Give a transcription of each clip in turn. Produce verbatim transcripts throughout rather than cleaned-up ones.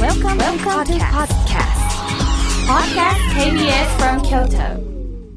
Welcome, Welcome to podcast. Podcast ケービーエス from Kyoto.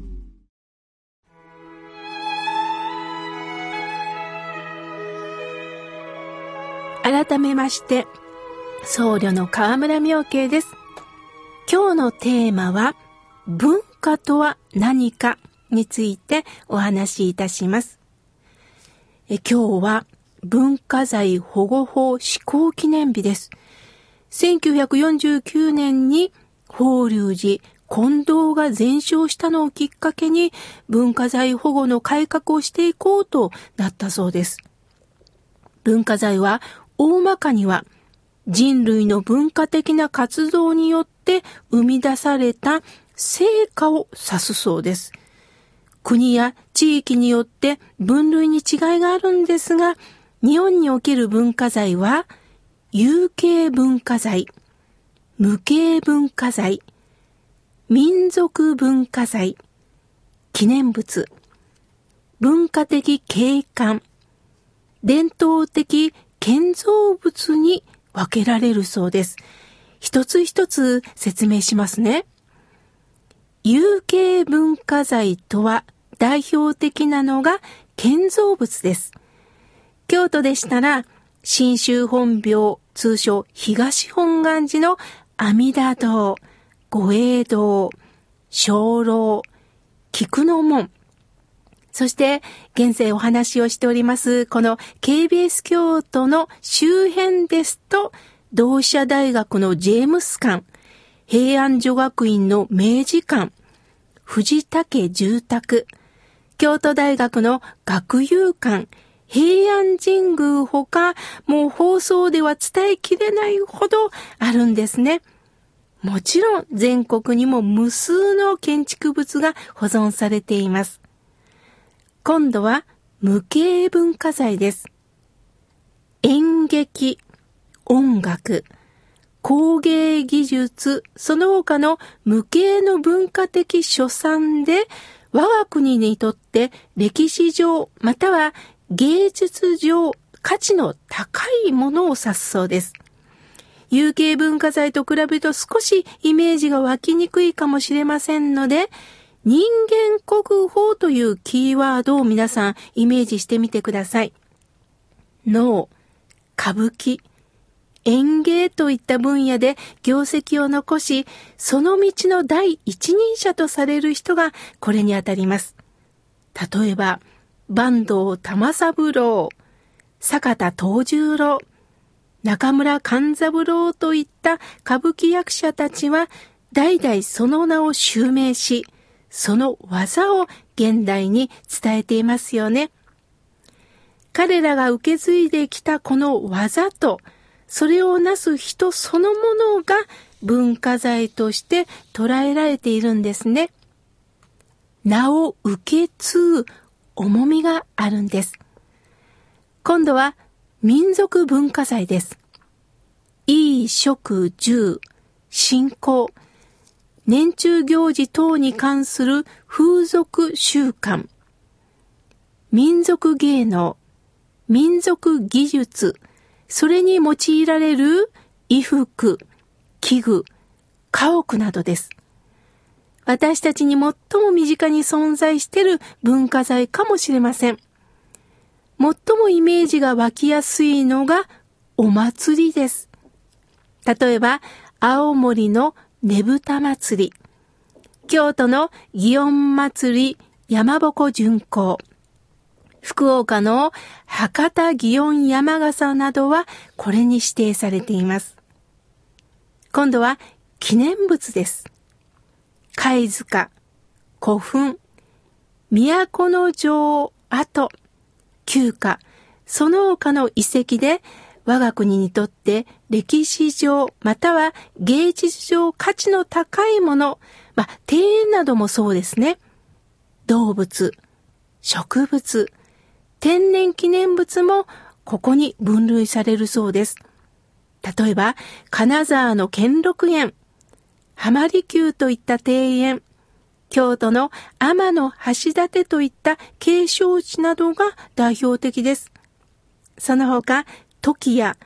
改めまして、僧侶の河村妙慶です。今日のテーマは、文化とは何かについてお話しいたします。え今日は文化財保護法施行記念日です。せんきゅうひゃくよんじゅうきゅうねんに法隆寺金堂が全焼したのをきっかけに文化財保護の改革をしていこうとなったそうです。文化財は大まかには人類の文化的な活動によって生み出された成果を指すそうです。国や地域によって分類に違いがあるんですが、日本における文化財は有形文化財、無形文化財、民族文化財、記念物、文化的景観、伝統的建造物に分けられるそうです。一つ一つ説明しますね。有形文化財とは代表的なのが建造物です。京都でしたら、真宗本廟、通称東本願寺の阿弥陀堂、御影堂、鐘楼、菊の門、そして現在お話をしておりますこの ケービーエス 京都の周辺ですと、同志社大学のジェームス館、平安女学院の明治館、藤竹住宅、京都大学の学友館、平安神宮ほか、もう放送では伝えきれないほどあるんですね。もちろん全国にも無数の建築物が保存されています。今度は無形文化財です。演劇、音楽、工芸技術、その他の無形の文化的所産で、我が国にとって歴史上または芸術上価値の高いものを指すそうです。有形文化財と比べると少しイメージが湧きにくいかもしれませんので、人間国宝というキーワードを皆さんイメージしてみてください。能、歌舞伎、演芸といった分野で業績を残し、その道の第一人者とされる人がこれにあたります。例えば、坂東玉三郎、坂田藤十郎、中村勘三郎といった歌舞伎役者たちは代々その名を襲名し、その技を現代に伝えていますよね。彼らが受け継いできたこの技と、それをなす人そのものが文化財として捉えられているんですね。名を受け継ぐ重みがあるんです。今度は民族文化財です。衣食住、信仰、年中行事等に関する風俗習慣、民族芸能、民族技術、それに用いられる衣服、器具、家屋などです。私たちに最も身近に存在している文化財かもしれません。最もイメージが湧きやすいのがお祭りです。例えば、青森のねぶた祭り、京都の祇園祭り山鉾巡行、福岡の博多祇園山笠などはこれに指定されています。今度は記念物です。貝塚、古墳、都城跡、旧家、その他の遺跡で我が国にとって歴史上または芸術上価値の高いもの、まあ、庭園などもそうですね。動物、植物、天然記念物もここに分類されるそうです。例えば、金沢の兼六園、浜離宮といった庭園、京都の天橋立といった景勝地などが代表的です。その他、時や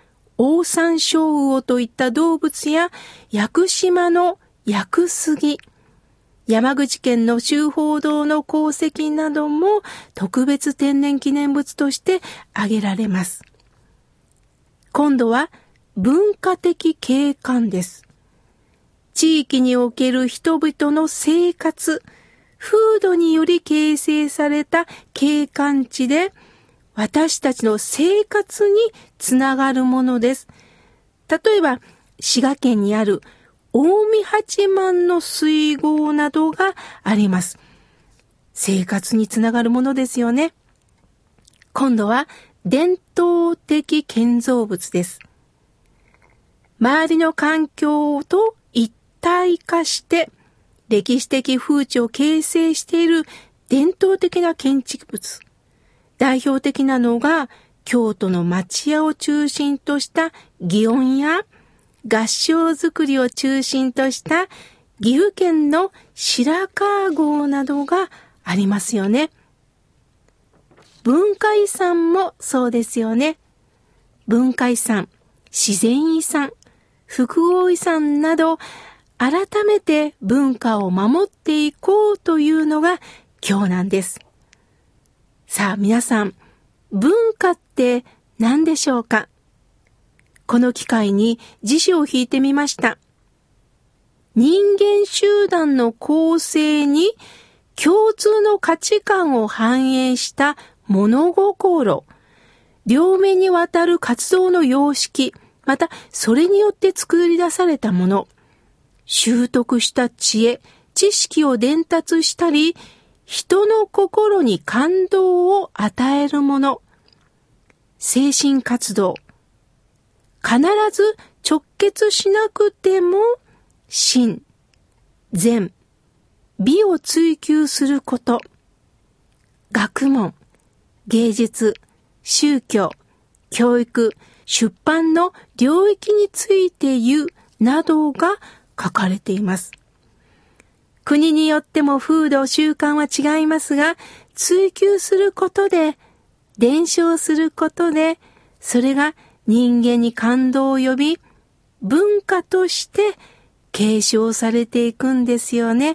オオサンショウウオといった動物や、屋久島の屋久杉、山口県の周芳堂の鉱石なども特別天然記念物として挙げられます。今度は文化的景観です。地域における人々の生活、風土により形成された景観地で、私たちの生活につながるものです。例えば、滋賀県にある近江八幡の水郷などがあります。生活につながるものですよね。今度は伝統的建造物です。周りの環境と一体化して歴史的風土を形成している伝統的な建築物。代表的なのが京都の町屋を中心とした祇園や合掌造りを中心とした岐阜県の白川郷などがありますよね。文化遺産もそうですよね。文化遺産、自然遺産、複合遺産など改めて文化を守っていこうというのが今日なんです。さあ皆さん、文化って何でしょうか？この機会に辞書を引いてみました。人間集団の構成に共通の価値観を反映した物心、両面にわたる活動の様式、またそれによって作り出されたもの、習得した知恵、知識を伝達したり、人の心に感動を与えるもの、精神活動、必ず直結しなくても真、善、美を追求すること、学問、芸術、宗教、教育、出版の領域について言うなどが書かれています。国によっても風土、習慣は違いますが、追求することで、伝承することで、それが人間に感動を呼び、文化として継承されていくんですよね。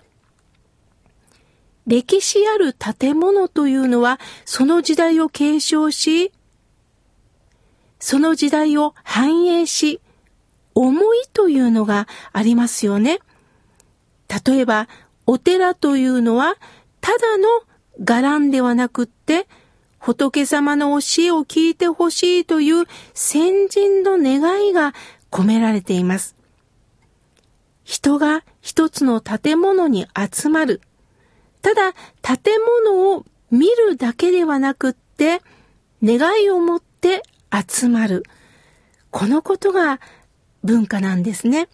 歴史ある建物というのは、その時代を継承し、その時代を反映し、思いというのがありますよね。例えば、お寺というのは、ただの伽藍ではなくって、仏様の教えを聞いてほしいという先人の願いが込められています。人が一つの建物に集まる。ただ、建物を見るだけではなくって、願いを持って集まる。このことが文化なんですね。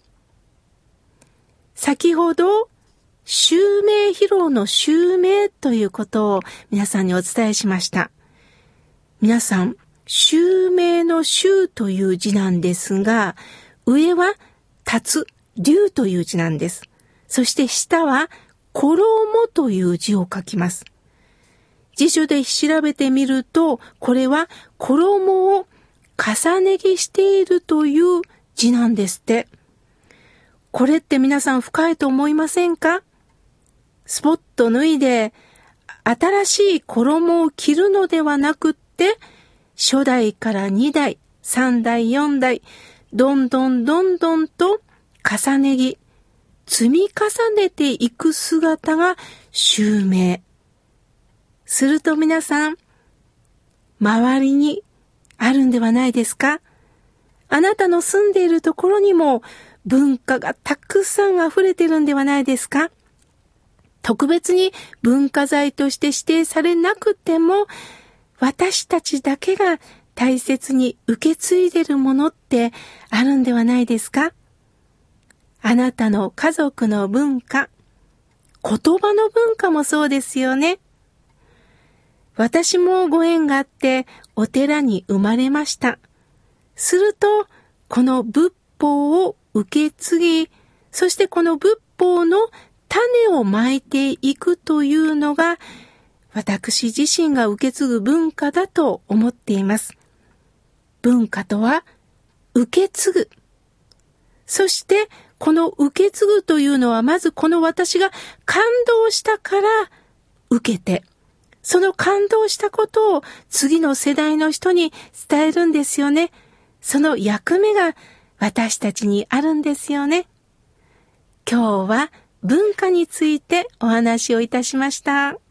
先ほど、襲名披露の襲名ということを皆さんにお伝えしました。皆さん、襲名の襲という字なんですが、上は立つ、龍という字なんです。そして下は衣という字を書きます。辞書で調べてみると、これは衣を重ね着しているという字なんですって。これって皆さん深いと思いませんか？スポッと脱いで新しい衣を着るのではなくって、初代からに代、さん代、よん代、どんどんどんどんと重ね着、積み重ねていく姿が襲名。すると皆さん、周りにあるんではないですか？あなたの住んでいるところにも文化がたくさん溢れてるんではないですか？特別に文化財として指定されなくても、私たちだけが大切に受け継いでるものってあるんではないですか？あなたの家族の文化、言葉の文化もそうですよね。私もご縁があってお寺に生まれました。すると、この仏法を受け継ぎ、そしてこの仏法の種をまいていくというのが、私自身が受け継ぐ文化だと思っています。文化とは受け継ぐ。そして、この受け継ぐというのは、まずこの私が感動したから受けて、その感動したことを次の世代の人に伝えるんですよね。その役目が私たちにあるんですよね。今日は文化についてお話をいたしました。